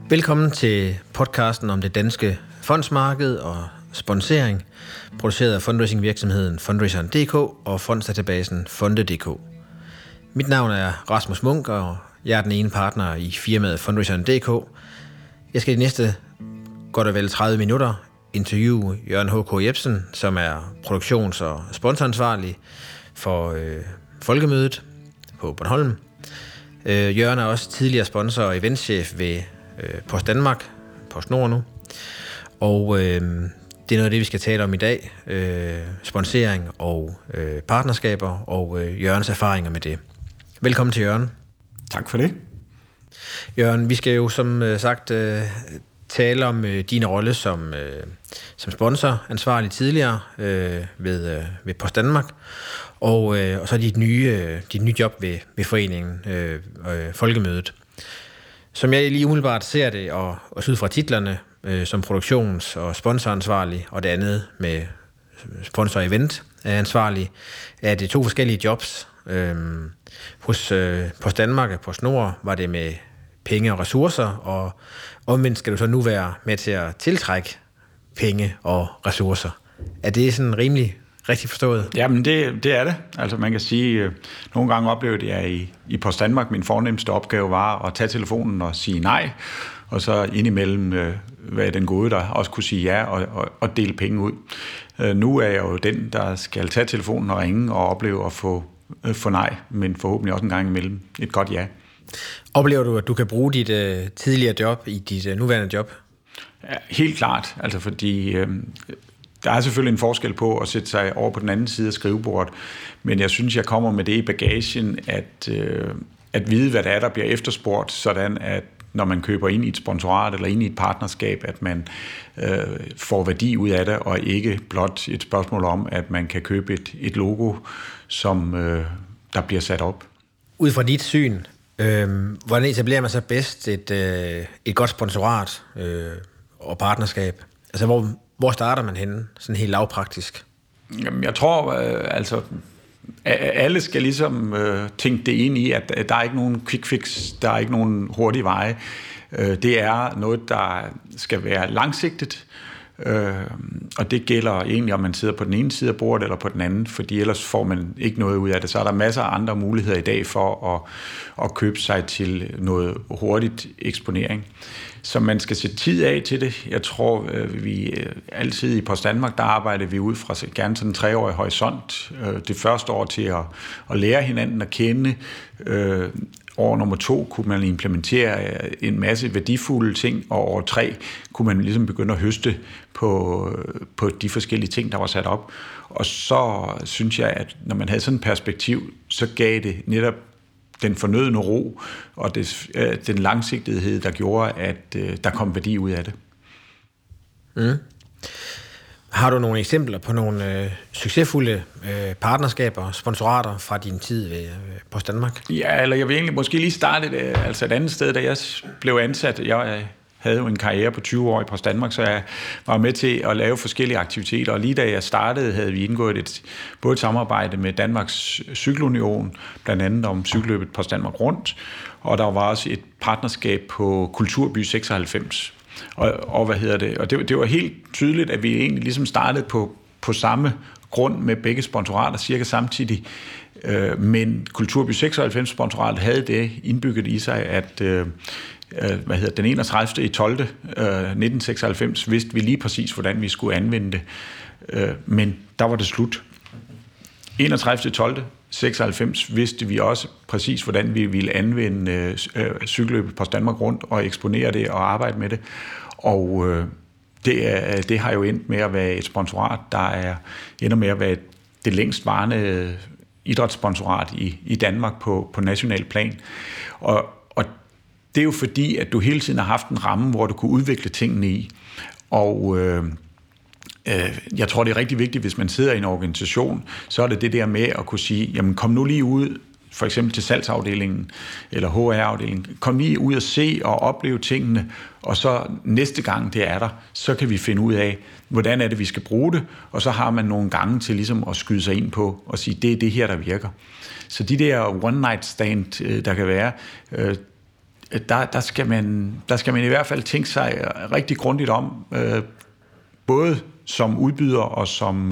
Velkommen til podcasten om det danske fondsmarked og sponsering, produceret af fundraisingvirksomheden Fundraiseren.dk og fondsdatabasen Fonde.dk. Mit navn er Rasmus Munk, og jeg er den ene partner i firmaet Fundraiseren.dk. Jeg skal de næste godt og vel 30 minutter interviewe Jørgen H.K. Jepsen, som er produktions- og sponsoransvarlig for Folkemødet på Bornholm. Jørgen er også tidligere sponsor og eventchef ved Post Danmark, PostNord nu. Og det er noget af det, vi skal tale om i dag. Sponsering og partnerskaber og Jørgens erfaringer med det. Velkommen til Jørgen. Tak for det. Jørgen, vi skal jo som sagt tale om din rolle som sponsoransvarlig tidligere ved Post Danmark, og så dit nye job ved foreningen Folkemødet. Som jeg lige umiddelbart ser det, og ud fra titlerne, som produktions- og sponsoransvarlig, og det andet med sponsor- og eventansvarlig, er det to forskellige jobs. Hos Post Danmark og PostNord var det med penge og ressourcer, og omvendt skal du så nu være med til at tiltrække penge og ressourcer. Er det sådan rimelig rigtigt forstået? Jamen det er det. Altså man kan sige, nogle gange oplevede jeg i Post Danmark, min fornemmeste opgave var at tage telefonen og sige nej, og så indimellem være den gode, der også kunne sige ja og dele penge ud. Nu er jeg jo den, der skal tage telefonen og ringe og opleve at få nej, men forhåbentlig også en gang imellem et godt ja. Oplever du, at du kan bruge dit tidligere job i dit nuværende job? Ja, helt klart, altså fordi der er selvfølgelig en forskel på at sætte sig over på den anden side af skrivebordet, men jeg synes, jeg kommer med det i bagagen, at vide, hvad det er, der bliver efterspurgt, sådan at når man køber ind i et sponsorat eller ind i et partnerskab, at man får værdi ud af det, og ikke blot et spørgsmål om, at man kan købe et logo, som der bliver sat op. Ud fra dit syn, hvordan etablerer man så bedst et godt sponsorat og partnerskab? Altså, hvor starter man henne, sådan helt lavpraktisk? Jamen, jeg tror, alle skal ligesom tænke det ind i, at der er ikke nogen quick fix, der er ikke nogen hurtige veje. Det er noget, der skal være langsigtet, og det gælder egentlig, om man sidder på den ene side af bordet eller på den anden, fordi ellers får man ikke noget ud af det. Så er der masser af andre muligheder i dag for at købe sig til noget hurtigt eksponering. Så man skal sætte tid af til det. Jeg tror, vi altid i Post Danmark, der arbejder vi ud fra gerne sådan en 3-årig horisont. Det første år til at lære hinanden at kende. År nummer 2 kunne man implementere en masse værdifulde ting, og år 3 kunne man ligesom begynde at høste på de forskellige ting, der var sat op. Og så synes jeg, at når man havde sådan et perspektiv, så gav det netop den fornødne ro og den langsigtighed, der gjorde, at der kom værdi ud af det. Mm. Har du nogle eksempler på nogle succesfulde partnerskaber og sponsorater fra din tid ved Post Danmark? Ja, eller jeg vil egentlig måske lige starte et andet sted, da jeg blev ansat. Jeg havde jo en karriere på 20 år i Post Danmark, så jeg var med til at lave forskellige aktiviteter. Og lige da jeg startede, havde vi indgået både et samarbejde med Danmarks Cykelunion, blandt andet om cykelløbet Post Danmark Rundt, og der var også et partnerskab på Kulturby 96. Og det var helt tydeligt, at vi egentlig ligesom startede på samme grund med begge sponsorater cirka samtidig. Men Kulturby 96 sponsoratet havde det indbygget i sig, at den 31. i 12. 1996 vidste vi lige præcis, hvordan vi skulle anvende det. Men der var det slut. 31. 12. 96 vidste vi også præcis, hvordan vi ville anvende cykelløbet Post Danmark Rundt og eksponere det og arbejde med det. Og det har jo endt med at være et sponsorat, der ender med at være det længst varende idrætssponsorat i Danmark på national plan. Og det er jo fordi, at du hele tiden har haft en ramme, hvor du kunne udvikle tingene i. Og jeg tror, det er rigtig vigtigt, hvis man sidder i en organisation, så er det der med at kunne sige, jamen kom nu lige ud, for eksempel til salgsafdelingen eller HR-afdelingen, kom lige ud og se og opleve tingene, og så næste gang det er der, så kan vi finde ud af, hvordan er det, vi skal bruge det, og så har man nogle gange til ligesom at skyde sig ind på og sige, det er det her, der virker. Så de der one-night stand, der kan være, der skal man i hvert fald tænke sig rigtig grundigt om, både som udbyder og som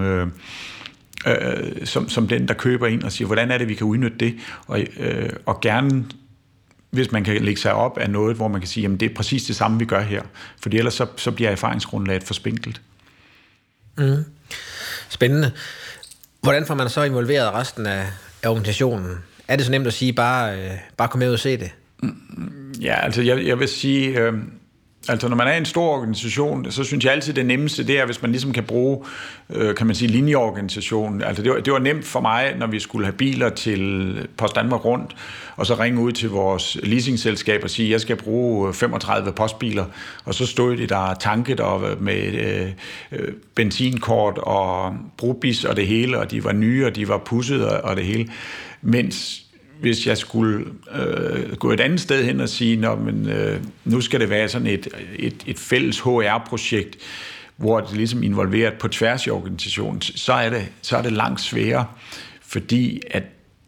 den, der køber ind og siger, hvordan er det, vi kan udnytte det, og gerne, hvis man kan lægge sig op af noget, hvor man kan sige, jamen det er præcis det samme, vi gør her, fordi ellers så bliver erfaringsgrundlaget for spinkelt. Mm. Spændende. Hvordan får man så involveret resten af organisationen? Er det så nemt at sige, bare kom med ud og se det? Ja, altså jeg vil sige, altså når man er en stor organisation, så synes jeg altid det nemmeste, det er, hvis man ligesom kan bruge, kan man sige, linjeorganisationen. Altså det var nemt for mig, når vi skulle have biler til Post Danmark Rundt, og så ringe ud til vores leasingselskab og sige, jeg skal bruge 35 postbiler, og så stod de der tanket og med benzinkort og brobis og det hele, og de var nye, og de var pudset og det hele. Mens hvis jeg skulle gå et andet sted hen og sige, nu skal det være sådan et fælles HR-projekt, hvor det ligesom involveret på tværs i organisationen, så er det langt sværere, fordi at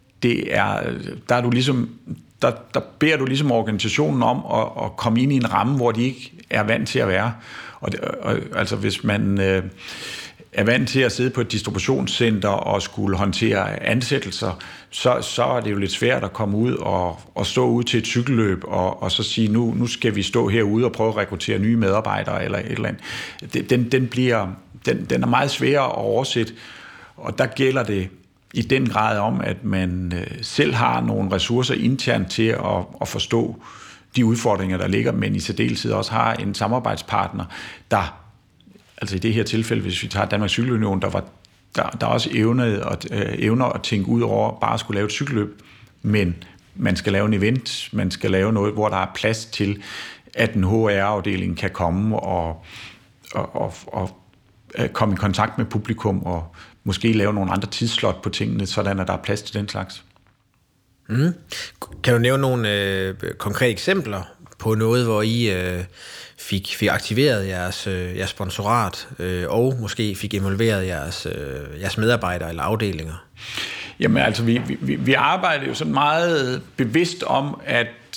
der beder du ligesom organisationen om at komme ind i en ramme, hvor de ikke er vant til at være. Og altså hvis man er vant til at sidde på et distributionscenter og skulle håndtere ansættelser, så er det jo lidt svært at komme ud og stå ud til et cykelløb og så sige, nu skal vi stå herude og prøve at rekruttere nye medarbejdere eller et eller andet. Den er meget sværere at oversætte, og der gælder det i den grad om, at man selv har nogle ressourcer internt til at forstå de udfordringer, der ligger, men i særdeleshed også har en samarbejdspartner, der, altså i det her tilfælde, hvis vi tager Danmarks Cykelunion, der også evner at tænke ud over bare at skulle lave et cykelløb, men man skal lave en event, man skal lave noget, hvor der er plads til, at en HR-afdeling kan komme og komme i kontakt med publikum og måske lave nogle andre tidsslot på tingene, sådan at der er plads til den slags. Mm. Kan du nævne nogle konkrete eksempler på noget, hvor I fik aktiveret jeres sponsorat og måske fik involveret jeres medarbejdere eller afdelinger? Jamen altså, vi arbejder jo sådan meget bevidst om at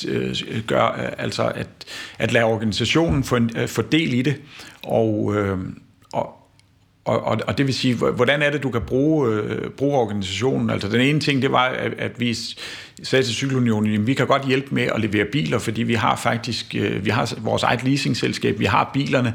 lade organisationen få del i det, og det vil sige, hvordan er det, du kan bruge organisationen? Altså den ene ting, det var, at vi sagde til Cykelunionen, vi kan godt hjælpe med at levere biler, fordi vi har faktisk vores eget leasingselskab, vi har bilerne.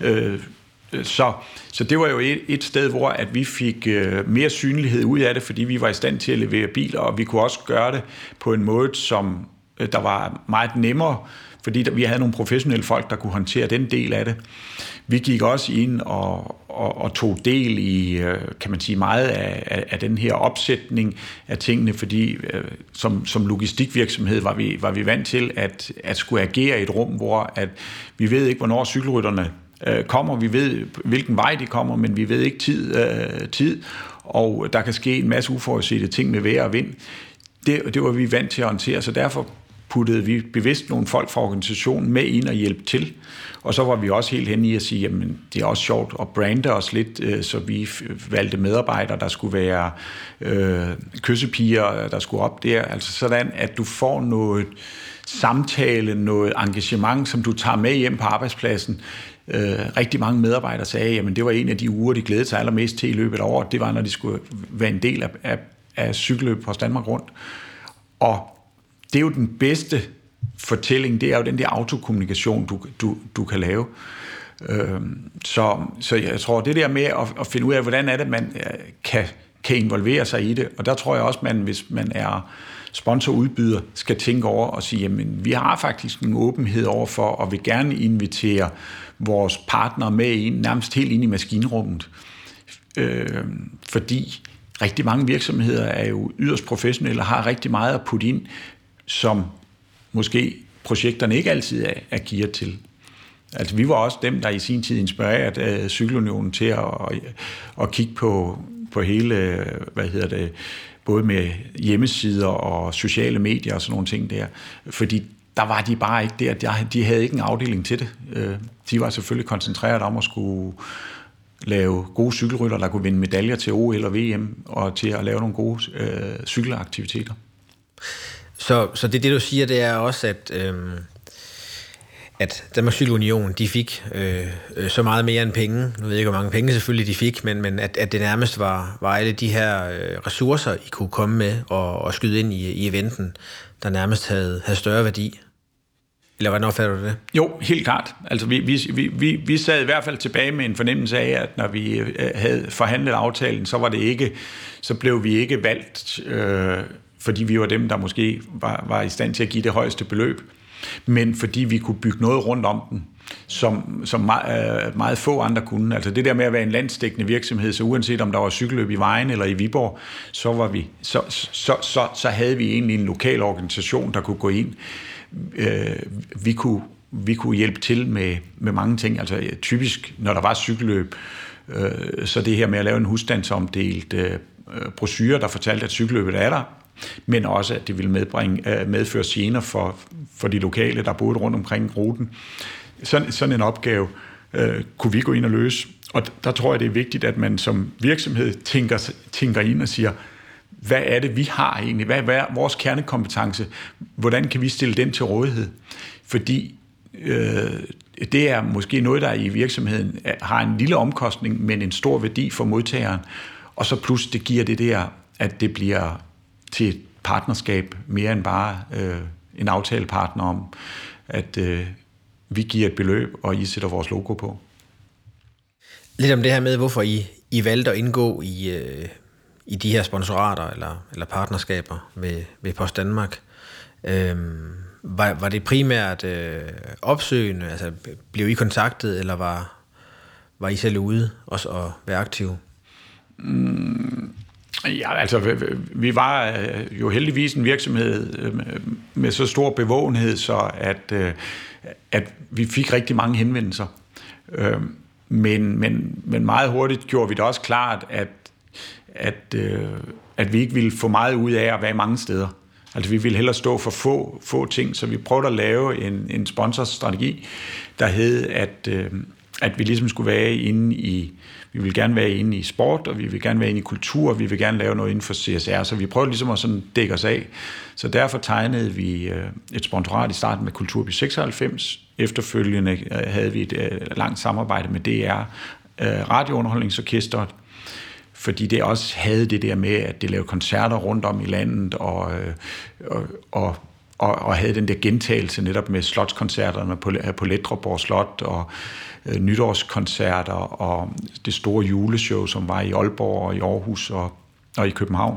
Så det var jo et sted, hvor at vi fik mere synlighed ud af det, fordi vi var i stand til at levere biler, og vi kunne også gøre det på en måde, som der var meget nemmere, fordi vi havde nogle professionelle folk, der kunne håndtere den del af det. Vi gik også ind og tog del i, kan man sige, meget af den her opsætning af tingene, fordi som logistikvirksomhed var vi vant til at skulle agere i et rum, hvor at vi ved ikke, hvornår cykelrytterne kommer, vi ved, hvilken vej de kommer, men vi ved ikke tid, og der kan ske en masse uforudsete ting med vejr og vind. Det var vi vant til at håndtere, så derfor puttede vi bevidst nogle folk fra organisationen med ind og hjælpe til. Og så var vi også helt henne i at sige, jamen det er også sjovt at brande os lidt, så vi valgte medarbejdere, der skulle være kyssepiger, der skulle op der. Altså sådan, at du får noget samtale, noget engagement, som du tager med hjem på arbejdspladsen. Rigtig mange medarbejdere sagde, jamen det var en af de uger, de glædede sig allermest til i løbet af året. Det var, når de skulle være en del af cykelløb på Danmark Rundt. Og det er jo den bedste fortælling, det er jo den der autokommunikation, du kan lave. Så jeg tror, det der med at finde ud af, hvordan er det, man kan involvere sig i det, og der tror jeg også, hvis man er sponsorudbyder, skal tænke over og sige, jamen vi har faktisk en åbenhed overfor, og vil gerne invitere vores partnere med ind, nærmest helt ind i maskinrummet. Fordi rigtig mange virksomheder er jo yderst professionelle og har rigtig meget at putte ind, som måske projekterne ikke altid er gearet til. Altså vi var også dem, der i sin tid inspirerede Cykelunionen til at kigge på hele, både med hjemmesider og sociale medier og sådan nogle ting der. Fordi der var de bare ikke der. De havde ikke en afdeling til det. De var selvfølgelig koncentreret om at skulle lave gode cykelrytter, der kunne vinde medaljer til OL og VM, og til at lave nogle gode cykelaktiviteter. Så det du siger, det er også, at Danmarks Cykel Union, de fik så meget mere end penge. Nu ved jeg ikke, hvor mange penge selvfølgelig de fik, men at det nærmest var alle de her ressourcer, I kunne komme med og skyde ind i eventen, der nærmest havde større værdi. Eller hvordan opfatter du det? Jo, helt klart. Altså vi sad i hvert fald tilbage med en fornemmelse af, at når vi havde forhandlet aftalen, så blev vi ikke valgt, fordi vi var dem, der måske var i stand til at give det højeste beløb, men fordi vi kunne bygge noget rundt om den, som meget få andre kunne. Altså det der med at være en landsdækkende virksomhed, så uanset om der var cykelløb i Vejen eller i Viborg, så havde vi egentlig en lokal organisation, der kunne gå ind. Vi kunne hjælpe til med mange ting. Altså typisk, når der var cykelløb, så det her med at lave en husstandsomdelt brochure, der fortalte, at cykelløbet er der, men også, at det ville medføre gener for de lokale, der boede rundt omkring ruten. Sådan en opgave kunne vi gå ind og løse. Og der tror jeg, det er vigtigt, at man som virksomhed tænker ind og siger, hvad er det, vi har egentlig? Hvad er vores kernekompetence? Hvordan kan vi stille den til rådighed? Fordi det er måske noget, der i virksomheden har en lille omkostning, men en stor værdi for modtageren. Og så plus det giver det der, at det bliver til et partnerskab mere end bare en aftalepartner om, at vi giver et beløb, og I sætter vores logo på. Lidt om det her med, hvorfor I valgte at indgå i de her sponsorater eller partnerskaber ved Post Danmark. Var det primært opsøgende? Altså, blev I kontaktet, eller var I selv ude også at være aktive? Ja, altså vi var jo heldigvis en virksomhed med så stor bevågenhed, så at vi fik rigtig mange henvendelser. Men meget hurtigt gjorde vi det også klart, at vi ikke ville få meget ud af at være mange steder. Altså vi ville hellere stå for få ting, så vi prøvede at lave en sponsorstrategi, der hed, at vi ligesom skulle være inde i, vi ville gerne være inde i sport, og vi ville gerne være inde i kultur, og vi ville gerne lave noget inden for CSR, så vi prøvede ligesom at sådan dække os af. Så derfor tegnede vi et sponsorat i starten med Kulturby 96. Efterfølgende havde vi et langt samarbejde med DR, Radiounderholdningsorkestret, fordi det også havde det der med, at det lavede koncerter rundt om i landet, og havde den der gentagelse netop med slotskoncerterne på Ledreborg Slot, og nytårskoncerter, og det store juleshow, som var i Aalborg og i Aarhus og i København.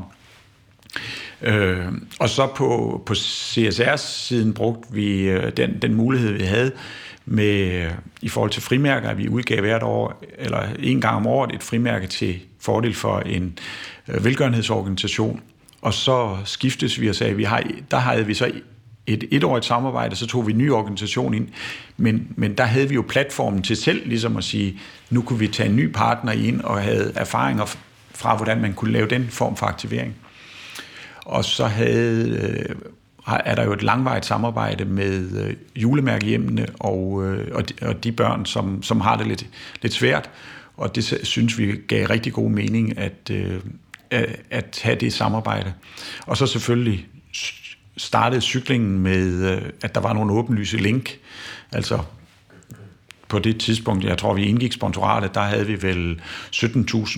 Og så på CSR-siden brugte vi den mulighed, vi havde med i forhold til frimærker, at vi udgav hvert år, eller en gang om året, et frimærke til fordel for en velgørenhedsorganisation. Og så skiftes vi og sagde, der havde vi så et etårigt samarbejde, så tog vi en ny organisation ind, men der havde vi jo platformen til selv ligesom at sige, nu kunne vi tage en ny partner ind og havde erfaringer fra, hvordan man kunne lave den form for aktivering. Og så er der jo et langvarigt samarbejde med julemærkehjemmene og de børn, som har det lidt svært, og det synes vi gav rigtig god mening at have det samarbejde. Og så selvfølgelig startede cyklingen med, at der var nogle åbenlyse link. Altså på det tidspunkt, jeg tror vi indgik sponsoratet, der havde vi vel 17.000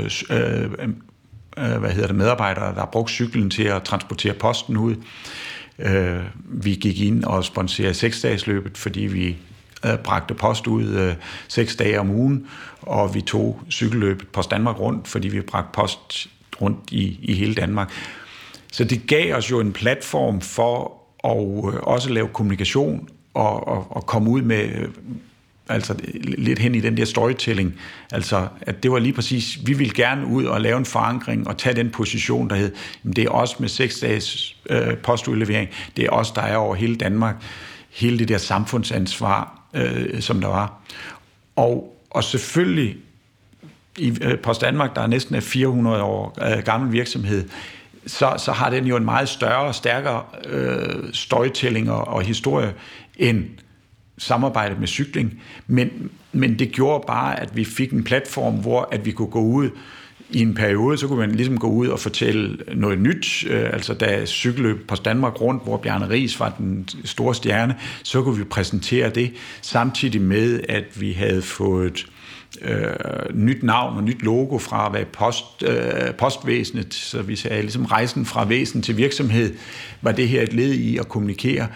medarbejdere, der brugte cyklen til at transportere posten ud. Vi gik ind og sponserede 6-dagsløbet, fordi vi bragte post ud 6 dage om ugen, og vi tog cykelløbet Post Danmark rundt, fordi vi bragte post rundt i hele Danmark. Så det gav os jo en platform for at også lave kommunikation og komme ud med altså lidt hen i den der storytelling. Altså, at det var lige præcis, vi ville gerne ud og lave en forankring og tage den position, der hed, det er også med 6 dages postudlevering, det er også der er over hele Danmark, hele det der samfundsansvar, som der var. Og selvfølgelig i Post Danmark, der er næsten 400 år gammel virksomhed, så har den jo en meget større og stærkere storytelling og historie end samarbejde med cykling, men det gjorde bare, at vi fik en platform, hvor at vi kunne gå ud i en periode, så kunne man ligesom gå ud og fortælle noget nyt. Altså da cykelløb på Danmark rundt, hvor Bjarne Riis var den store stjerne, så kunne vi præsentere det, samtidig med, at vi havde fået nyt navn og nyt logo fra at være postvæsenet, så vi sagde ligesom rejsen fra væsen til virksomhed, var det her et led i at kommunikere,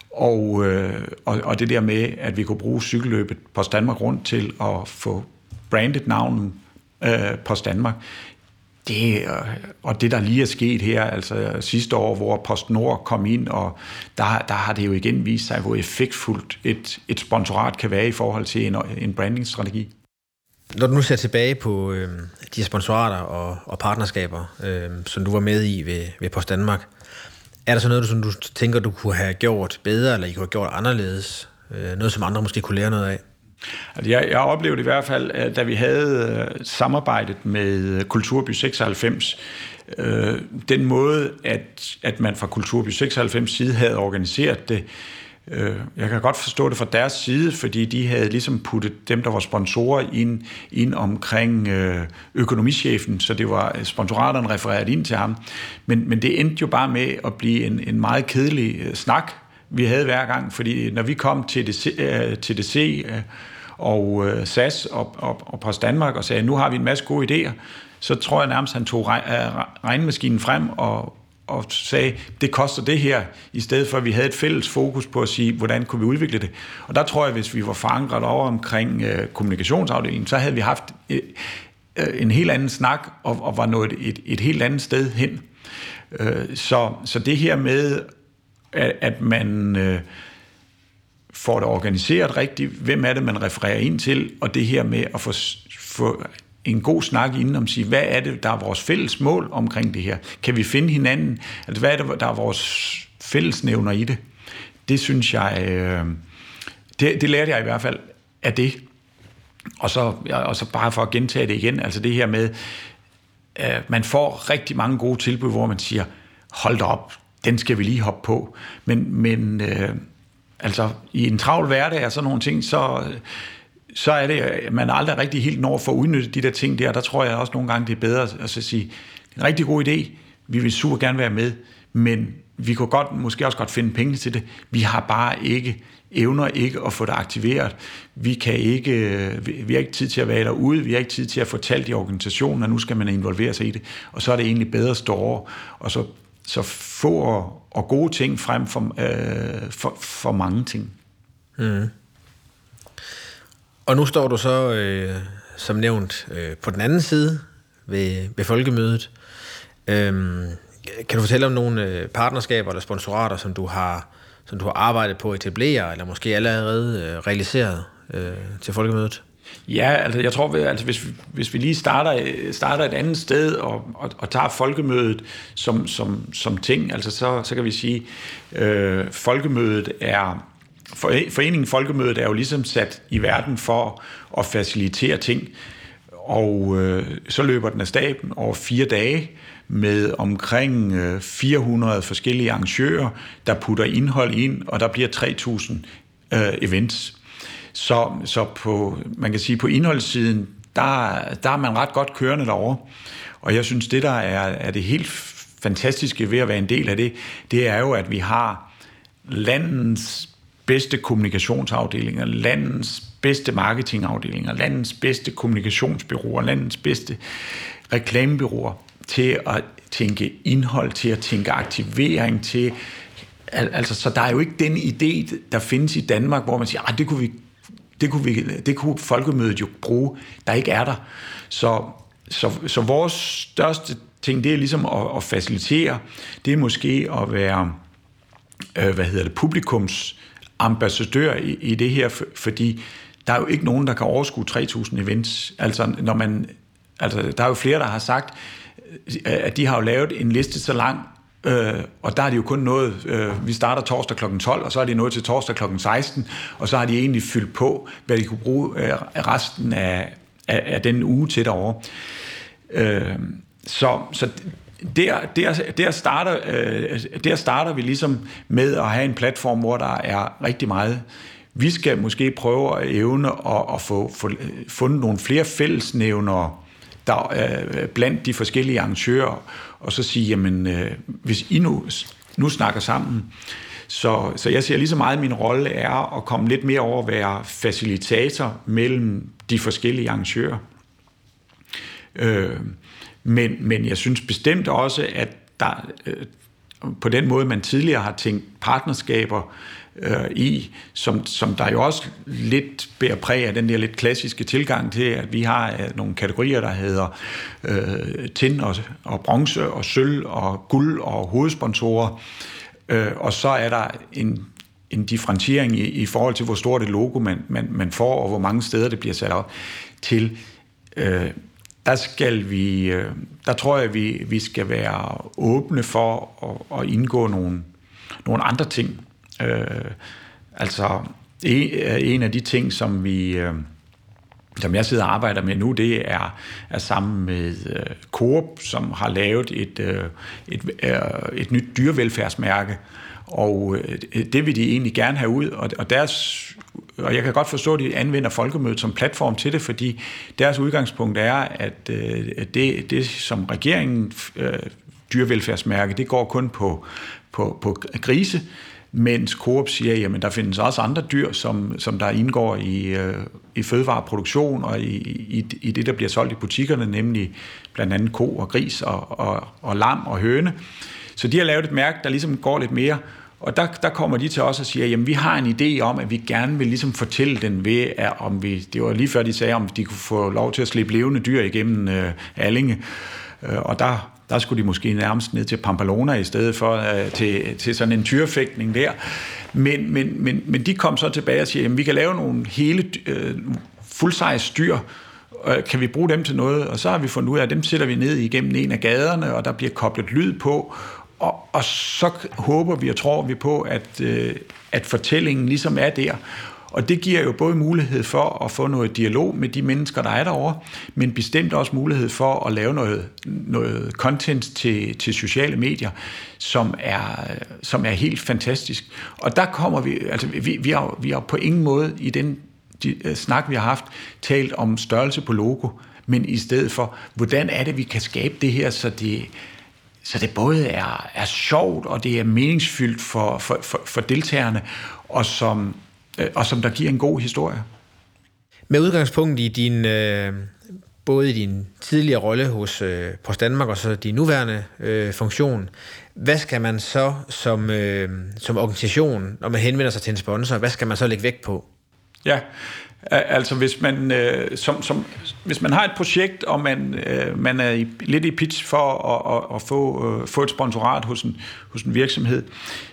og det der med, at vi kunne bruge cykelløbet Post Danmark rundt til at få brandet navnet Post Danmark. Det der lige er sket her, altså sidste år, hvor PostNord kom ind, og der har det jo igen vist sig, hvor effektfuldt et sponsorat kan være i forhold til en brandingstrategi. Når du nu ser tilbage på de her sponsorater og partnerskaber, som du var med i ved Post Danmark, er der så noget, som du tænker, du kunne have gjort bedre, eller I kunne have gjort anderledes? Noget, som andre måske kunne lære noget af? Altså jeg oplevede i hvert fald, at da vi havde samarbejdet med Kulturby 96, den måde, at man fra Kulturby 96 side havde organiseret det, jeg kan godt forstå det fra deres side, fordi de havde ligesom puttet dem, der var sponsorer, ind omkring økonomichefen, så det var sponsoraterne refereret ind til ham. Men det endte jo bare med at blive en meget kedelig snak, vi havde hver gang, fordi når vi kom til TDC og SAS og Post Danmark og sagde, nu har vi en masse gode idéer, så tror jeg nærmest, han tog regnmaskinen frem og sagde, det koster det her, i stedet for at vi havde et fælles fokus på at sige, hvordan kunne vi udvikle det. Og der tror jeg, hvis vi var forankret over omkring kommunikationsafdelingen, så havde vi haft en helt anden snak og var nået et helt andet sted hen. Så det her med, at man får det organiseret rigtigt, hvem er det, man refererer ind til, og det her med at få en god snak inden om at sige, hvad er det, der er vores fælles mål omkring det her? Kan vi finde hinanden? Altså, hvad er det, der er vores fællesnævner i det? Det synes jeg, det lærte jeg i hvert fald af det. Og så bare for at gentage det igen, altså det her med, man får rigtig mange gode tilbud, hvor man siger, hold da op, den skal vi lige hoppe på. Men altså, i en travl hverdag og sådan nogle ting, så er det, at man aldrig rigtig helt når for at udnytte de der ting der. Der tror jeg også nogle gange, det er bedre at sige, en rigtig god idé, vi vil super gerne være med, men vi kunne måske også godt finde penge til det. Vi har bare evner ikke at få det aktiveret. Vi har ikke tid til at være derude, vi har ikke tid til at fortælle de organisationer, nu skal man involvere sig i det, og så er det egentlig bedre at stå over, og så få og gode ting frem for mange ting. Mm. Og nu står du så, som nævnt, på den anden side ved folkemødet. Kan du fortælle om nogle partnerskaber eller sponsorater, som du har arbejdet på at etablere, eller måske allerede realiseret til folkemødet? Ja, altså jeg tror, hvis vi lige starter et andet sted og tager folkemødet som ting, altså så kan vi sige, folkemødet er Foreningen Folkemødet er jo ligesom sat i verden for at facilitere ting, og så løber den af staben over 4 dage med omkring 400 forskellige arrangører, der putter indhold ind, og der bliver 3.000 events. Så man kan sige, på indholdssiden, der er man ret godt kørende derovre, og jeg synes, det der er det helt fantastiske ved at være en del af det er jo, at vi har landets bedste kommunikationsafdelinger, landets bedste marketingafdelinger, landets bedste kommunikationsbureauer, landets bedste reklamebureauer til at tænke indhold, til at tænke aktivering, altså så der er jo ikke den idé, der findes i Danmark, hvor man siger, det kunne folkemødet jo bruge, der ikke er der. Så vores største ting, det er ligesom at facilitere, det er måske at være publikums ambassadør i det her, fordi der er jo ikke nogen, der kan overskue 3.000 events. Altså, der er jo flere, der har sagt, at de har jo lavet en liste så lang, og der er det jo kun noget, vi starter torsdag kl. 12, og så er det noget til torsdag kl. 16, og så har de egentlig fyldt på, hvad de kunne bruge resten af den uge til derovre. Så der starter vi ligesom med at have en platform, hvor der er rigtig meget. Vi skal måske prøve at evne at få fundet nogle flere fællesnævnere blandt de forskellige arrangører, og så sige, jamen, hvis I nu snakker sammen, så jeg ser lige så meget, at min rolle er at komme lidt mere over at være facilitator mellem de forskellige arrangører. Men jeg synes bestemt også, at der på den måde, man tidligere har tænkt partnerskaber som der jo også lidt bærer præg af den der lidt klassiske tilgang til, at vi har nogle kategorier, der hedder tin og bronze og sølv og guld og hovedsponsorer, og så er der en differentiering i forhold til, hvor stort et logo man får, og hvor mange steder det bliver sat op til. Der tror jeg, vi skal være åbne for at indgå nogle andre ting. Altså en af de ting, som jeg sidder og arbejder med nu, det er sammen med Coop, som har lavet et nyt dyrevelfærdsmærke, og det vil de egentlig gerne have ud, og jeg kan godt forstå, at de anvender Folkemødet som platform til det, fordi deres udgangspunkt er, at det som regeringen dyrevelfærdsmærke, det går kun på grise, mens Coop siger, jamen der findes også andre dyr, som der indgår i fødevareproduktion og i det, der bliver solgt i butikkerne, nemlig blandt andet ko og gris og lam og høne. Så de har lavet et mærke, der ligesom går lidt mere, og der kommer de til os og siger, jamen vi har en idé om, at vi gerne vil ligesom fortælle den ved, at det var lige før de sagde, om de kunne få lov til at slippe levende dyr igennem Allinge, og der skulle de måske nærmest ned til Pamplona i stedet for til sådan en tyrefægtning der. Men de kom så tilbage og siger, jamen vi kan lave nogle hele full-size dyr, kan vi bruge dem til noget? Og så har vi fundet ud af, at dem sætter vi ned igennem en af gaderne, og der bliver koblet lyd på, og så håber vi og tror vi på, at fortællingen ligesom er der. Og det giver jo både mulighed for at få noget dialog med de mennesker, der er derovre, men bestemt også mulighed for at lave noget content til sociale medier, som er helt fantastisk. Og der kommer vi har på ingen måde i den snak, vi har haft, talt om størrelse på logo, men i stedet for, hvordan er det, vi kan skabe det her, så det både er sjovt, og det er meningsfyldt for deltagerne, og som der giver en god historie. Med udgangspunkt i både i din tidligere rolle hos Post Danmark og så din nuværende funktion, hvad skal man så som organisation, når man henvender sig til en sponsor, hvad skal man så lægge vægt på? Ja, altså hvis man har et projekt, og man er lidt i pitch for at få et sponsorat hos en virksomhed,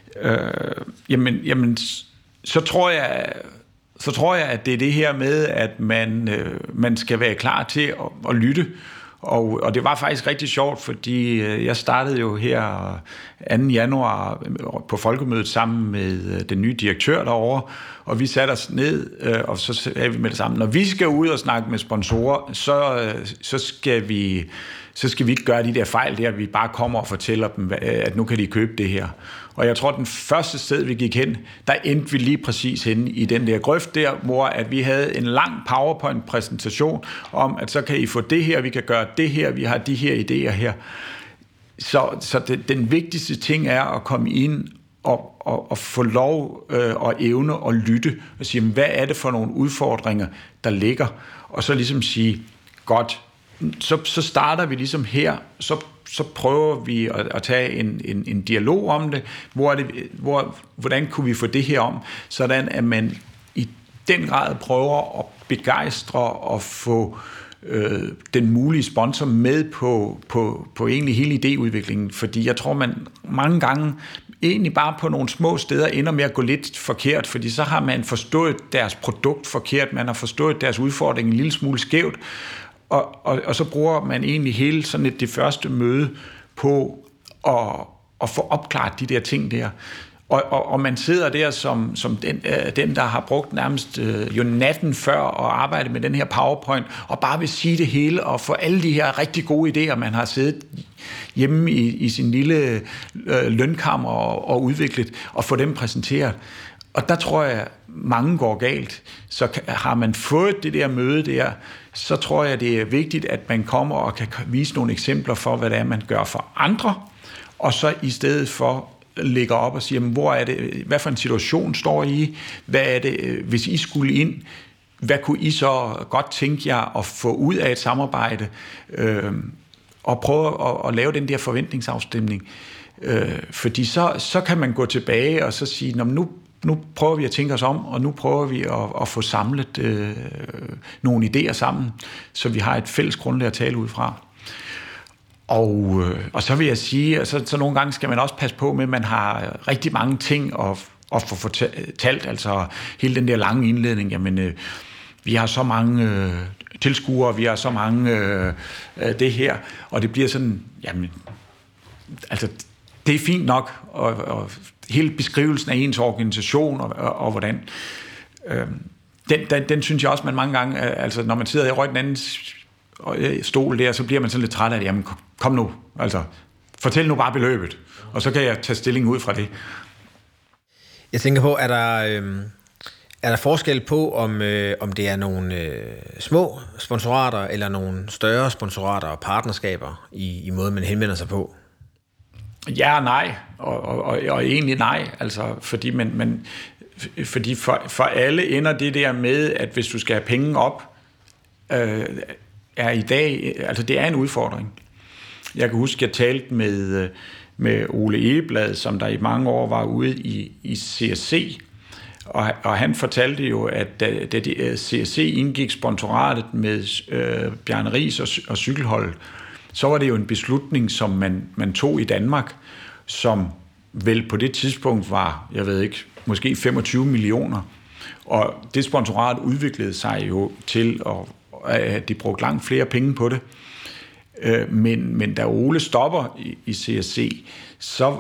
jamen så tror jeg, at det er det her med, at man skal være klar til at lytte. Og det var faktisk rigtig sjovt, fordi jeg startede jo her 2. januar på Folkemødet sammen med den nye direktør derovre, og vi satte os ned, og så sagde vi med det samme, når vi skal ud og snakke med sponsorer, så skal vi ikke gøre de der fejl der, vi bare kommer og fortæller dem, at nu kan de købe det her. Og jeg tror, den første sted, vi gik hen, der endte vi lige præcis henne i den der grøft der, hvor at vi havde en lang PowerPoint-præsentation om, at så kan I få det her, vi kan gøre det her, vi har de her idéer her. Så den vigtigste ting er at komme ind og få lov og evne at lytte og sige, hvad er det for nogle udfordringer, der ligger? Og så ligesom sige, godt, så starter vi ligesom her, så prøver vi at tage en dialog om det, hvordan kunne vi få det her om, sådan at man i den grad prøver at begejstre og få den mulige sponsor med på egentlig hele idéudviklingen, fordi jeg tror, man mange gange egentlig bare på nogle små steder ender med at gå lidt forkert, fordi så har man forstået deres produkt forkert, man har forstået deres udfordring en lille smule skævt, og så bruger man egentlig hele sådan det første møde på at få opklaret de der ting der. Og man sidder der som den, der har brugt nærmest jo natten før og arbejdet med den her PowerPoint, og bare vil sige det hele, og få alle de her rigtig gode idéer, man har siddet hjemme i sin lille lønkammer og udviklet, og få dem præsenteret. Og der tror jeg, mange går galt. Så har man fået det der møde der, så tror jeg, det er vigtigt, at man kommer og kan vise nogle eksempler for, hvad det er, man gør for andre, og så i stedet for lægger op og siger, hvor er det, hvad for en situation står I? Hvad er det, hvis I skulle ind? Hvad kunne I så godt tænke jer at få ud af et samarbejde? Og prøve at lave den der forventningsafstemning. Fordi så kan man gå tilbage og så sige, nu prøver vi at tænke os om, og nu prøver vi at få samlet nogle idéer sammen, så vi har et fælles grundlag at tale ud fra. Og så vil jeg sige, at så nogle gange skal man også passe på med, at man har rigtig mange ting at få fortalt. Altså hele den der lange indledning, jamen vi har så mange tilskuere, vi har så mange det her, og det bliver sådan, jamen, altså det er fint nok, og hele beskrivelsen af ens organisation, og hvordan, den synes jeg også, man mange gange, altså når man sidder i ryggen anden stol der, så bliver man sådan lidt træt af det, jamen kom nu, altså fortæl nu bare beløbet, og så kan jeg tage stilling ud fra det. Jeg tænker på, er der forskel på, om det er nogle små sponsorater, eller nogle større sponsorater og partnerskaber i måden, man henvender sig på? Ja og nej, og egentlig nej, altså fordi for alle ender det der med, at hvis du skal have penge op, er i dag, altså det er en udfordring. Jeg kan huske, jeg talte med Ole Egeblad, som der i mange år var ude i CSC, og han fortalte jo, at da CSC indgik sponsoratet med Bjarne Riis og cykelholdet, så var det jo en beslutning, som man tog i Danmark, som vel på det tidspunkt var, jeg ved ikke, måske 25 millioner. Og det sponsorat udviklede sig jo til, at de brugte langt flere penge på det. Men da Ole stopper i CSC, så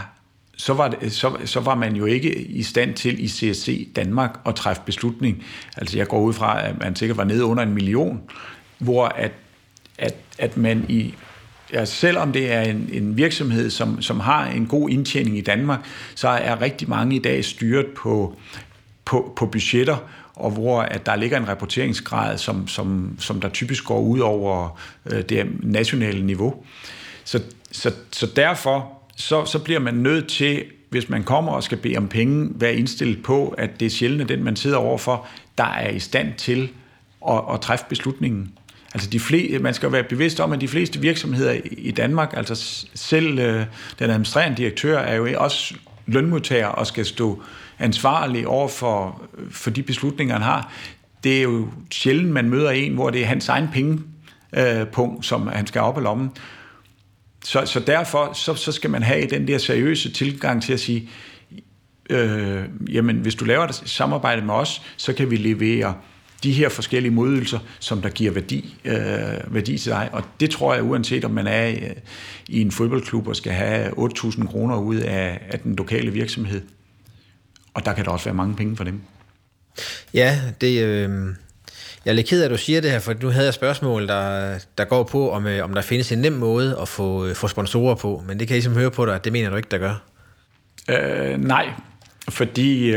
var man jo ikke i stand til i CSC Danmark at træffe beslutning. Altså jeg går ud fra, at man sikkert var nede under 1 million, hvor at man selvom det er en virksomhed, som har en god indtjening i Danmark, så er rigtig mange i dag styret på budgetter, og hvor at der ligger en rapporteringsgrad, som der typisk går ud over det nationale niveau. Så derfor så bliver man nødt til, hvis man kommer og skal bede om penge, være indstillet på, at det er sjældent den, man sidder overfor, der er i stand til at træffe beslutningen. Altså man skal være bevidst om, at de fleste virksomheder i Danmark, altså selv den administrerende direktør, er jo også lønmodtager og skal stå ansvarlig over for de beslutninger, han har. Det er jo sjældent, man møder en, hvor det er hans egen pengepunkt, som han skal op i lommen. Så derfor så skal man have den der seriøse tilgang til at sige, jamen hvis du laver et samarbejde med os, så kan vi levere de her forskellige modydelser, som der giver værdi til dig. Og det tror jeg, uanset om man er i en fodboldklub og skal have 8.000 kroner ud af den lokale virksomhed. Og der kan der også være mange penge for dem. Ja, jeg er lidt ked af, at du siger det her, for nu havde jeg spørgsmål, der går på, om der findes en nem måde at få sponsorer på, men det kan jeg ligesom høre på dig, at det mener du ikke, der gør. Nej, fordi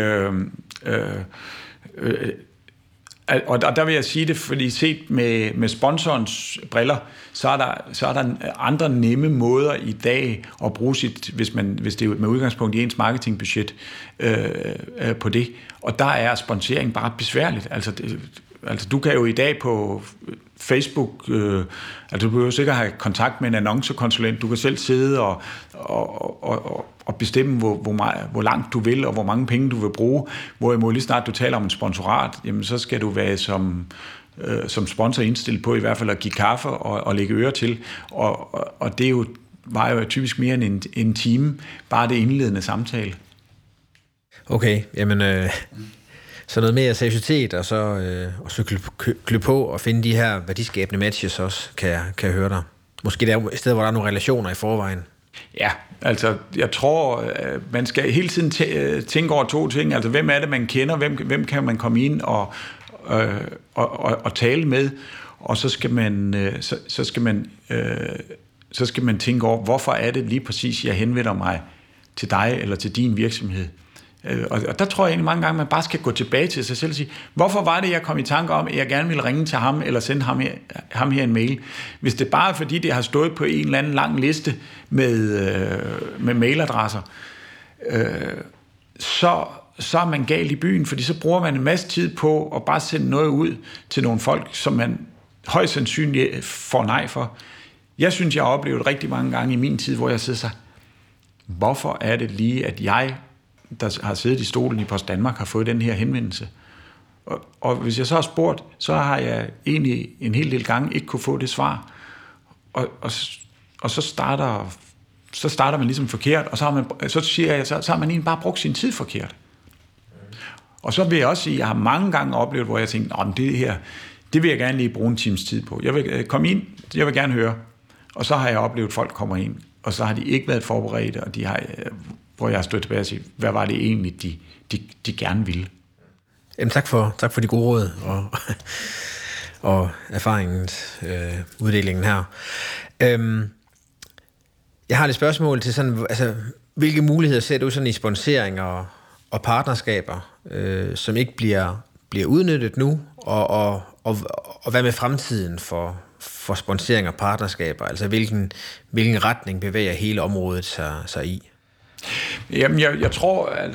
og der vil jeg sige det, fordi set med sponsorens briller, så er der andre nemme måder i dag at bruge hvis det er med udgangspunkt i ens marketingbudget på det. Og der er sponsering bare besværligt. Altså du kan jo i dag på Facebook, altså du kan jo sikkert have kontakt med en annoncekonsulent, du kan selv sidde og bestemme, hvor langt du vil, og hvor mange penge du vil bruge, hvorimod lige snart du taler om en sponsorat, jamen så skal du være som sponsor indstillet på i hvert fald at give kaffe og lægge øre til, og det var jo typisk mere end en time, bare det indledende samtale. Okay, jamen så noget mere seriøsitet, og så klø på og finde de her værdiskabende matches også, kan jeg høre dig. Måske der et sted, hvor der er nogle relationer i forvejen. Ja, altså jeg tror, man skal hele tiden tænke over to ting. Altså hvem er det, man kender? Hvem kan man komme ind og tale med? Og så skal man tænke over, hvorfor er det lige præcis, jeg henvender mig til dig eller til din virksomhed? Og der tror jeg egentlig mange gange, man bare skal gå tilbage til sig selv og sige, hvorfor var det, jeg kom i tanke om, at jeg gerne ville ringe til ham, eller sende ham her en mail? Hvis det bare er fordi, det har stået på en eller anden lang liste med mailadresser, så er man gal i byen, fordi så bruger man en masse tid på at bare sende noget ud til nogle folk, som man højst sandsynligt får nej for. Jeg synes, jeg har oplevet rigtig mange gange i min tid, hvor jeg sidder så, hvorfor er det lige, at jeg, der har siddet i stolen i Post Danmark, har fået den her henvendelse? Og hvis jeg så har spurgt, så har jeg egentlig en hel del gange ikke kunne få det svar. Og så starter man ligesom forkert, og så siger jeg, så har man egentlig bare brugt sin tid forkert. Og så vil jeg også sige, at jeg har mange gange oplevet, hvor jeg tænkte, det her, det vil jeg gerne lige bruge en times tid på. Jeg vil komme ind, jeg vil gerne høre. Og så har jeg oplevet, at folk kommer ind, og så har de ikke været forberedte, og hvor jeg har stået tilbage og sagt, hvad var det egentlig, de gerne ville. Jamen, tak for de gode råd og erfaringens uddelingen her. Jeg har et spørgsmål til sådan, altså, hvilke muligheder ser du sådan i sponsering og partnerskaber, som ikke bliver udnyttet nu, og hvad med fremtiden for sponsering og partnerskaber? Altså hvilken retning bevæger hele området sig i? Jamen, jeg tror, at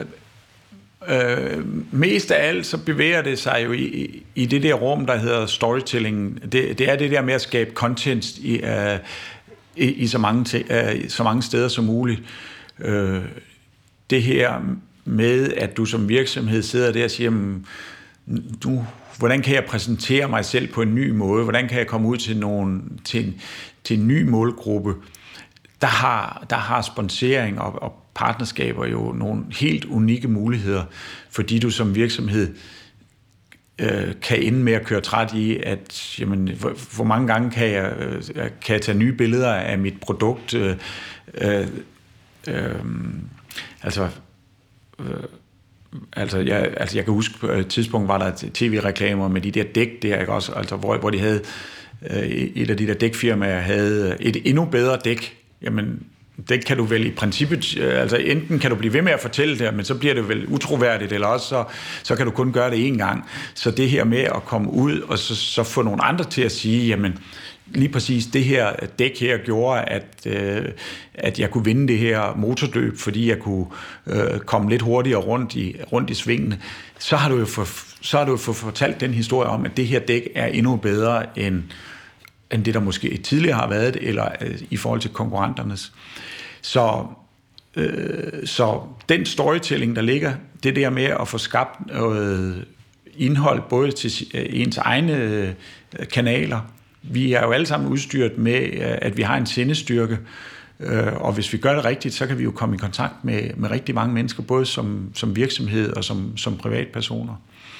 mest af alt så bevæger det sig jo i det der rum, der hedder storytelling. Det er det der med at skabe content i så mange steder som muligt. Det her med, at du som virksomhed sidder der og siger, hvordan kan jeg præsentere mig selv på en ny måde? Hvordan kan jeg komme ud til en ny målgruppe? Der har sponsering og partnerskaber jo nogle helt unikke muligheder, fordi du som virksomhed kan ende med at køre træt i, at jamen, hvor mange gange kan jeg tage nye billeder af mit produkt? Jeg kan huske, på et tidspunkt var der tv-reklamer med de der dæk der, ikke også? Altså, hvor de havde, et af de der dækfirmaer havde et endnu bedre dæk. Jamen, det kan du vel i princippet, altså enten kan du blive ved med at fortælle det, men så bliver det vel utroværdigt, eller også så kan du kun gøre det én gang. Så det her med at komme ud, og så få nogle andre til at sige, jamen, lige præcis det her dæk her gjorde, at jeg kunne vinde det her motorløb, fordi jeg kunne komme lidt hurtigere rundt i svingene. Så har du jo fortalt den historie om, at det her dæk er endnu bedre end det, der måske tidligere har været, eller i forhold til konkurrenternes. Så den storytelling, der ligger, det der med at få skabt noget indhold, både til ens egne kanaler. Vi er jo alle sammen udstyret med, at vi har en sendestyrke, og hvis vi gør det rigtigt, så kan vi jo komme i kontakt med rigtig mange mennesker, både som virksomhed og som privatpersoner.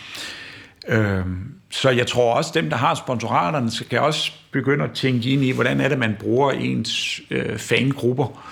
Så jeg tror også, dem, der har sponsoraterne, skal også begynde at tænke ind i, hvordan er det, man bruger ens fangrupper.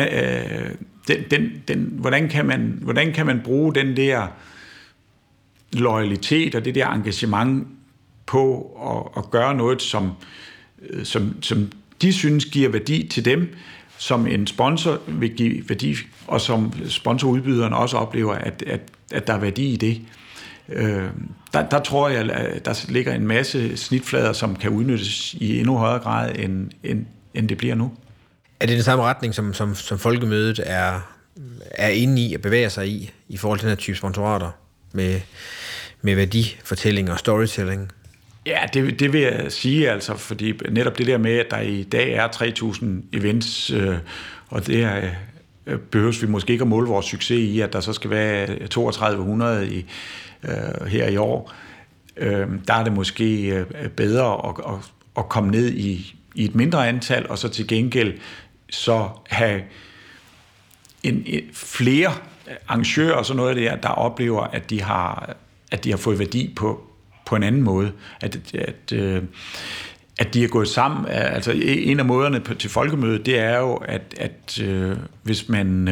Hvordan kan man bruge den der loyalitet og det der engagement på at gøre noget, som de synes giver værdi til dem, som en sponsor vil give værdi, og som sponsorudbyderen også oplever, at der er værdi i det. Der tror jeg, at der ligger en masse snitflader, som kan udnyttes i endnu højere grad, end det bliver nu. Er det den samme retning, som Folkemødet er inde i og bevæger sig i forhold til den her type sponsorater med værdifortælling og storytelling? Ja, det vil jeg sige, altså, fordi netop det der med, at der i dag er 3.000 events, og det er behøves vi måske ikke at måle vores succes i, at der så skal være 3200 her i år. Der er det måske bedre at komme ned i et mindre antal, og så til gengæld så have flere arrangører og sådan noget der oplever, at de har fået værdi på en anden måde. At de er gået sammen. Altså en af måderne til Folkemødet, det er jo, at hvis man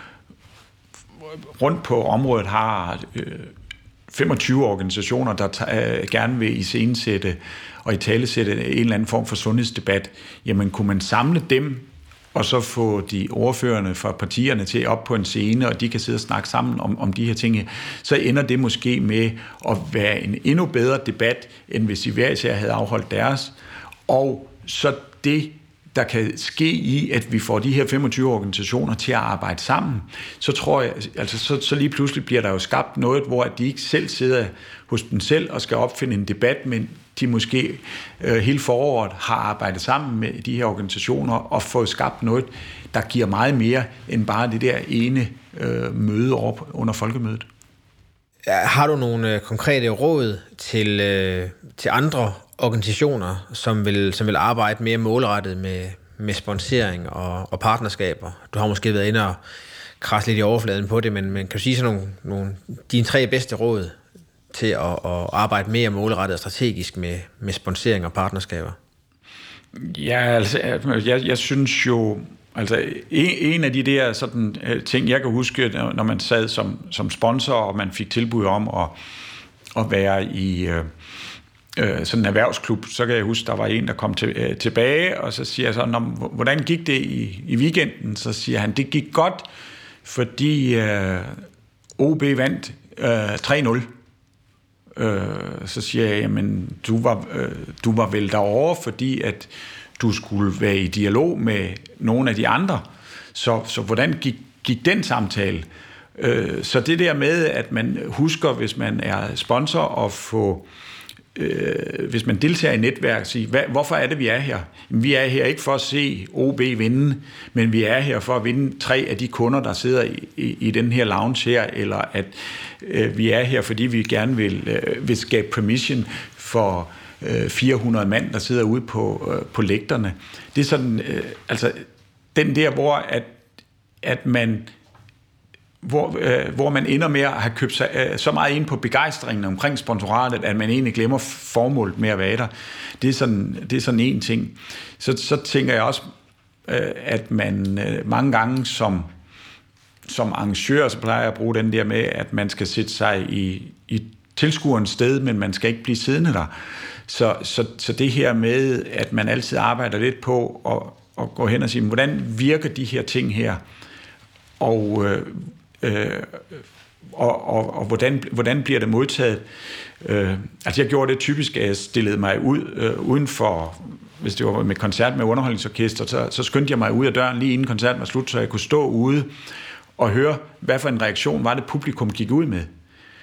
rundt på området har 25 organisationer, der gerne vil iscenesætte og italesætte en eller anden form for sundhedsdebat, jamen kunne man samle dem og så få de ordførerne fra partierne til op på en scene, og de kan sidde og snakke sammen om de her ting, så ender det måske med at være en endnu bedre debat, end hvis de hver især havde afholdt deres. Og så det, der kan ske i, at vi får de her 25 organisationer til at arbejde sammen, så tror jeg, altså så lige pludselig bliver der jo skabt noget, hvor de ikke selv sidder hos dem selv og skal opfinde en debat, men de måske hele foråret har arbejdet sammen med de her organisationer og fået skabt noget, der giver meget mere end bare det der ene møde op under folkemødet. Har du nogle konkrete råd til andre organisationer, som vil arbejde mere målrettet med sponsering og partnerskaber? Du har måske været inde og krasse lidt i overfladen på det, men kan du sige sådan nogle dine 3 bedste råd til at arbejde mere målrettet og strategisk med sponsering og partnerskaber? Ja, altså, jeg synes jo, altså en af de der sådan ting, jeg kan huske, når man sad som sponsor, og man fik tilbud om at være i sådan en erhvervsklub, så kan jeg huske, der var en, der kom tilbage, og så siger jeg så, hvordan gik det i weekenden? Så siger han, det gik godt, fordi OB vandt 3-0. Så siger jeg, jamen, du var vel derovre, fordi at du skulle være i dialog med nogle af de andre. Så hvordan gik den samtale? Så det der med, at man husker, hvis man er sponsor, og hvis man deltager i netværk, sige, hvorfor er det, vi er her? Vi er her ikke for at se OB vinde, men vi er her for at vinde 3 af de kunder, der sidder i den her lounge her, eller at vi er her, fordi vi gerne vil skabe permission for 400 mand, der sidder ude på lægterne. Det er sådan, altså den der, at man hvor man ender med at have købt sig så meget ind på begejstringen omkring sponsoratet, at man egentlig glemmer formålet med at være der. Det er sådan en ting. Så tænker jeg også, at man mange gange som arrangør, så plejer jeg at bruge den der med, at man skal sætte sig i tilskuerens sted, men man skal ikke blive siddende der. Så det her med, at man altid arbejder lidt på at gå hen og sige, hvordan virker de her ting her? Og hvordan bliver det modtaget? Altså jeg gjorde det typisk, at jeg stillede mig ud uden for, hvis det var med koncert med underholdningsorkester, så skyndte jeg mig ud af døren lige inden koncerten var slut, så jeg kunne stå ude og høre, hvad for en reaktion var det publikum gik ud med.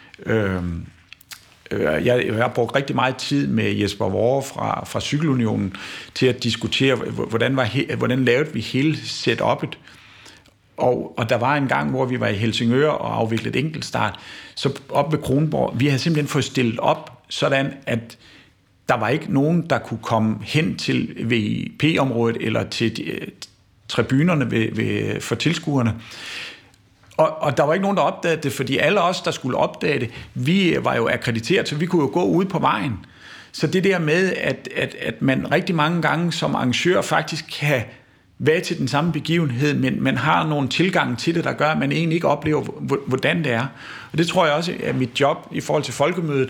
Jeg har brugt rigtig meget tid med Jesper Vore fra Cykelunionen til at diskutere, hvordan lavede vi hele setup'et. Og der var en gang, hvor vi var i Helsingør og afviklede et enkeltstart, så op ved Kronborg, vi havde simpelthen fået stillet op, sådan at der var ikke nogen, der kunne komme hen til VIP-området eller til tribunerne for tilskuerne. Og der var ikke nogen, der opdagede det, fordi alle os, der skulle opdage det, vi var jo akkrediteret, så vi kunne jo gå ud på vejen. Så det der med, at man rigtig mange gange som arrangør faktisk kan være til den samme begivenhed, men man har nogle tilgang til det, der gør, at man egentlig ikke oplever, hvordan det er. Og det tror jeg også er mit job i forhold til folkemødet.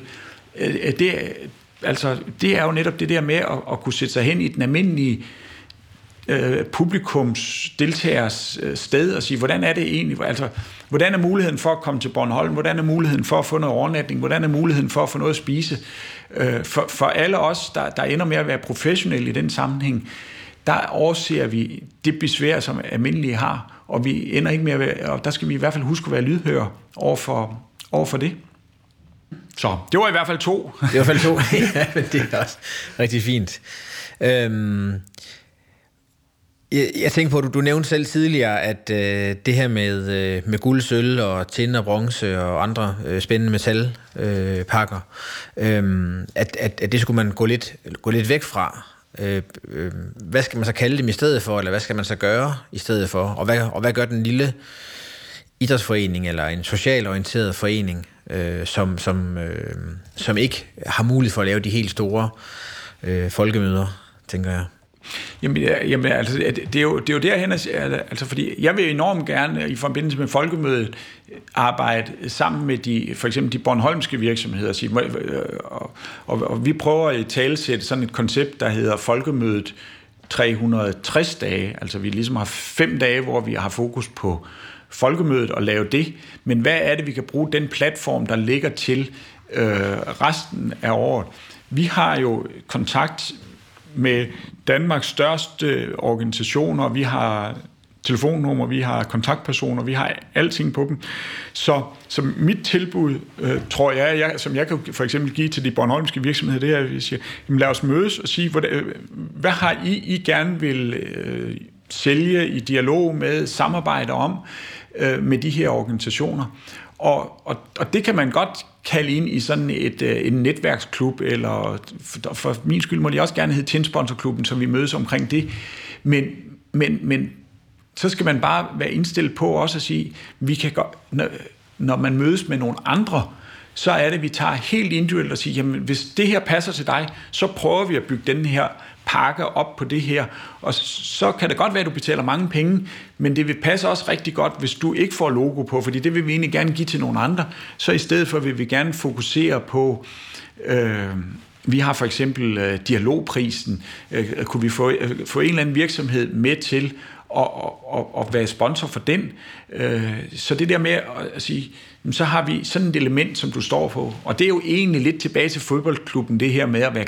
Det er jo netop det der med at kunne sætte sig hen i den almindelige publikums deltagers sted og sige, hvordan er det egentlig? Altså, hvordan er muligheden for at komme til Bornholm? Hvordan er muligheden for at få noget overnatning? Hvordan er muligheden for at få noget at spise? For alle os, der ender med at være professionelle i den sammenhæng, der overser vi det besvær, som almindelige har, og vi ender ikke med at være, og der skal vi i hvert fald huske at være lydhøre over for det. Så det var i hvert fald 2. Det var i hvert fald 2. Ja, men det er også rigtig fint. Jeg tænker på, at du nævnte selv tidligere, at det her med guld, sølv og tin og bronze og andre spændende metalpakker, at det skulle man gå lidt væk fra. Hvad skal man så kalde dem i stedet for, eller hvad skal man så gøre i stedet for? Og hvad gør den lille idrætsforening eller en socialt orienteret forening, som ikke har mulighed for at lave de helt store folkemøder, tænker jeg? Jamen altså, det er jo derhen, altså, fordi jeg vil enormt gerne i forbindelse med folkemødet arbejde sammen med for eksempel de bornholmske virksomheder, og vi prøver at talesætte sådan et koncept, der hedder folkemødet 360 dage. Altså vi ligesom har 5 dage, hvor vi har fokus på folkemødet og lave det. Men hvad er det, vi kan bruge den platform, der ligger til resten af året? Vi har jo kontakt med Danmarks største organisationer, vi har telefonnummer, vi har kontaktpersoner, vi har alting på dem. Så mit tilbud, tror jeg, som jeg kan for eksempel give til de bornholmske virksomheder, det er, at vi siger, jamen lad os mødes og sige, hvad har I gerne vil sælge i dialog med, samarbejde om med de her organisationer. Og det kan man godt kalde ind i sådan en netværksklub, eller for min skyld må de også gerne hedde Tindsponsorklubben, som vi mødes omkring det. Men så skal man bare være indstillet på også at sige, vi kan godt, når man mødes med nogle andre, så er det, vi tager helt individuelt og siger, jamen hvis det her passer til dig, så prøver vi at bygge den her pakke op på det her, og så kan det godt være, at du betaler mange penge, men det vil passe også rigtig godt, hvis du ikke får logo på, fordi det vil vi egentlig gerne give til nogle andre, så i stedet for vil vi gerne fokusere på, vi har for eksempel dialogprisen, kunne vi få en eller anden virksomhed med til at være sponsor for den, så det der med at sige, så har vi sådan et element, som du står på, og det er jo egentlig lidt tilbage til fodboldklubben, det her med at være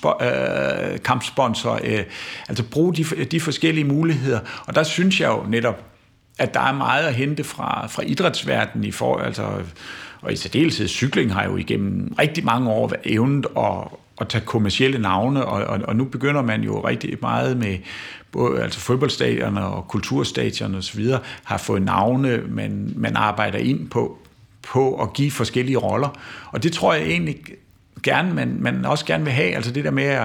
kampsponsor, altså bruge de forskellige muligheder, og der synes jeg jo netop, at der er meget at hente fra idrætsverdenen og i særdeleshed cykling har jo igennem rigtig mange år evnet at tage kommercielle navne, og nu begynder man jo rigtig meget med både altså fodboldstadioner og kulturstadioner og så videre, har fået navne, man arbejder ind på at give forskellige roller. Og det tror jeg egentlig gerne, man også gerne vil have, altså det der med at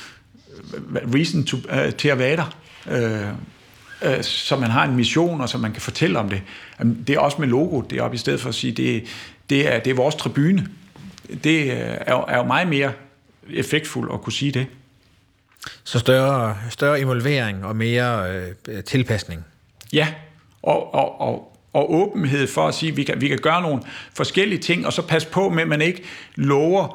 reason til at være der, så man har en mission, og så man kan fortælle om det. Det er også med logo, det er op i stedet for at sige, det er vores tribune. Det er jo meget mere effektfuldt at kunne sige det. Så større involvering og mere tilpasning. Ja, og åbenhed for at sige, at vi kan gøre nogle forskellige ting, og så passe på med, at man ikke lover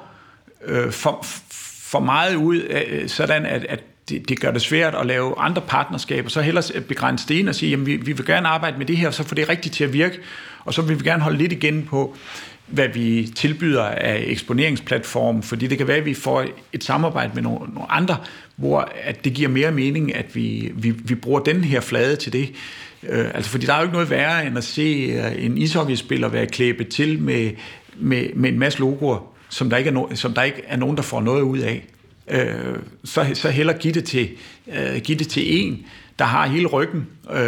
for meget ud, sådan at det gør det svært at lave andre partnerskaber, så hellere begrænse det ind og sige, jamen vi vil gerne arbejde med det her, så får det rigtigt til at virke, og så vil vi gerne holde lidt igen på, hvad vi tilbyder af eksponeringsplatform, fordi det kan være, at vi får et samarbejde med nogle andre, hvor at det giver mere mening, at vi bruger den her flade til det. Altså, fordi der er jo ikke noget værre, end at se en ishockeyspiller være klæbet til med en masse logoer, som der ikke er nogen, der får noget ud af. Så hellere give det til en, der har hele ryggen,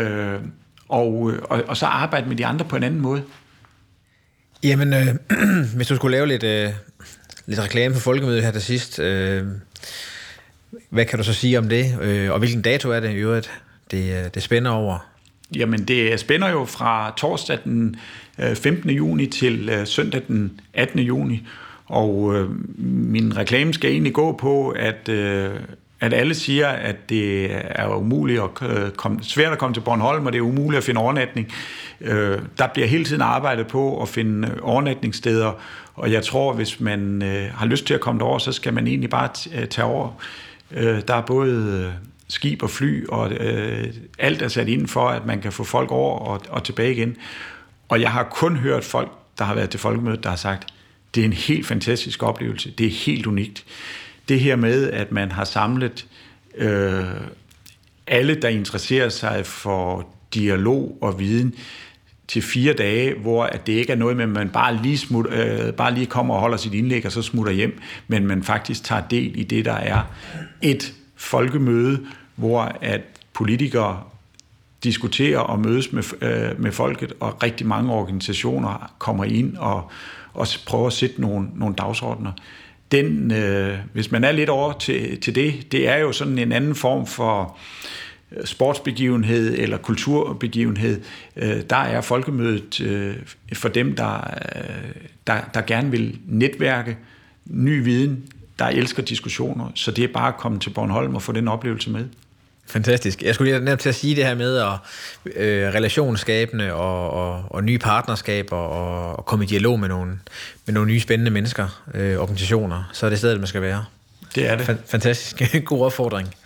og så arbejde med de andre på en anden måde. Jamen, hvis du skulle lave lidt reklame for folkemødet her til sidst, hvad kan du så sige om det? Og hvilken dato er det i øvrigt, det spænder over? Jamen, det spænder jo fra torsdag den 15. juni til søndag den 18. juni. Og min reklame skal egentlig gå på, at alle siger, at det er umuligt svært at komme til Bornholm, og det er umuligt at finde overnatning. Der bliver hele tiden arbejdet på at finde overnatningssteder, og jeg tror, hvis man har lyst til at komme derover, så skal man egentlig bare tage over. Der er både skib og fly, og alt er sat ind for, at man kan få folk over og tilbage igen. Og jeg har kun hørt folk, der har været til folkemødet, der har sagt, det er en helt fantastisk oplevelse. Det er helt unikt. Det her med, at man har samlet alle, der interesserer sig for dialog og viden til 4 dage, hvor at det ikke er noget med, at man bare lige kommer og holder sit indlæg, og så smutter hjem, men man faktisk tager del i det, der er et folkemøde, hvor at politikere diskuterer og mødes med folket, og rigtig mange organisationer kommer ind og prøver at sætte nogle dagsordener. Hvis man er lidt over til det er jo sådan en anden form for sportsbegivenhed eller kulturbegivenhed. Der er folkemødet for dem, der gerne vil netværke, ny viden, der elsker diskussioner, så det er bare at komme til Bornholm og få den oplevelse med. Fantastisk. Jeg skulle lige netop til at sige det her med relationsskabende og nye partnerskaber og komme i dialog med nogle nye spændende mennesker, organisationer. Så er det stedet, man skal være. Det er det. Fantastisk. God opfordring.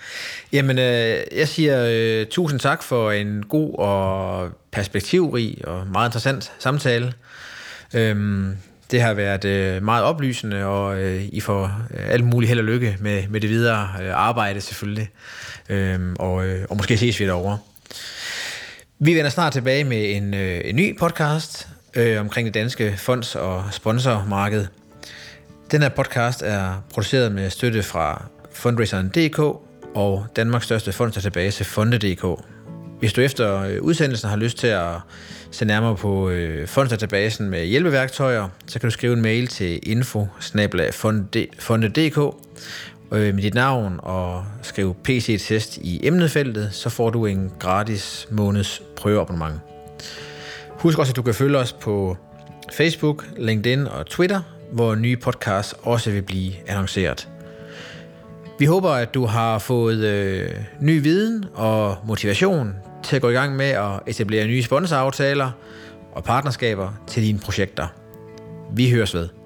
Jamen, jeg siger tusind tak for en god og perspektivrig og meget interessant samtale. Det har været meget oplysende, og I får alt muligt held og lykke med det videre arbejde selvfølgelig. Og måske ses vi derovre. Vi vender snart tilbage med en ny podcast omkring det danske fonds- og sponsormarked. Den her podcast er produceret med støtte fra Fundraiseren.dk og Danmarks største fondsdatabase Fonde.dk. Hvis du efter udsendelsen har lyst til at se nærmere på fondsdatabasen med hjælpeværktøjer, så kan du skrive en mail til info@fonde.dk med dit navn og skrive PC-test i emnefeltet, så får du en gratis måneds prøveabonnement. Husk også, at du kan følge os på Facebook, LinkedIn og Twitter, hvor nye podcasts også vil blive annonceret. Vi håber, at du har fået ny viden og motivation til at gå i gang med at etablere nye sponsoraftaler og partnerskaber til dine projekter. Vi høres ved.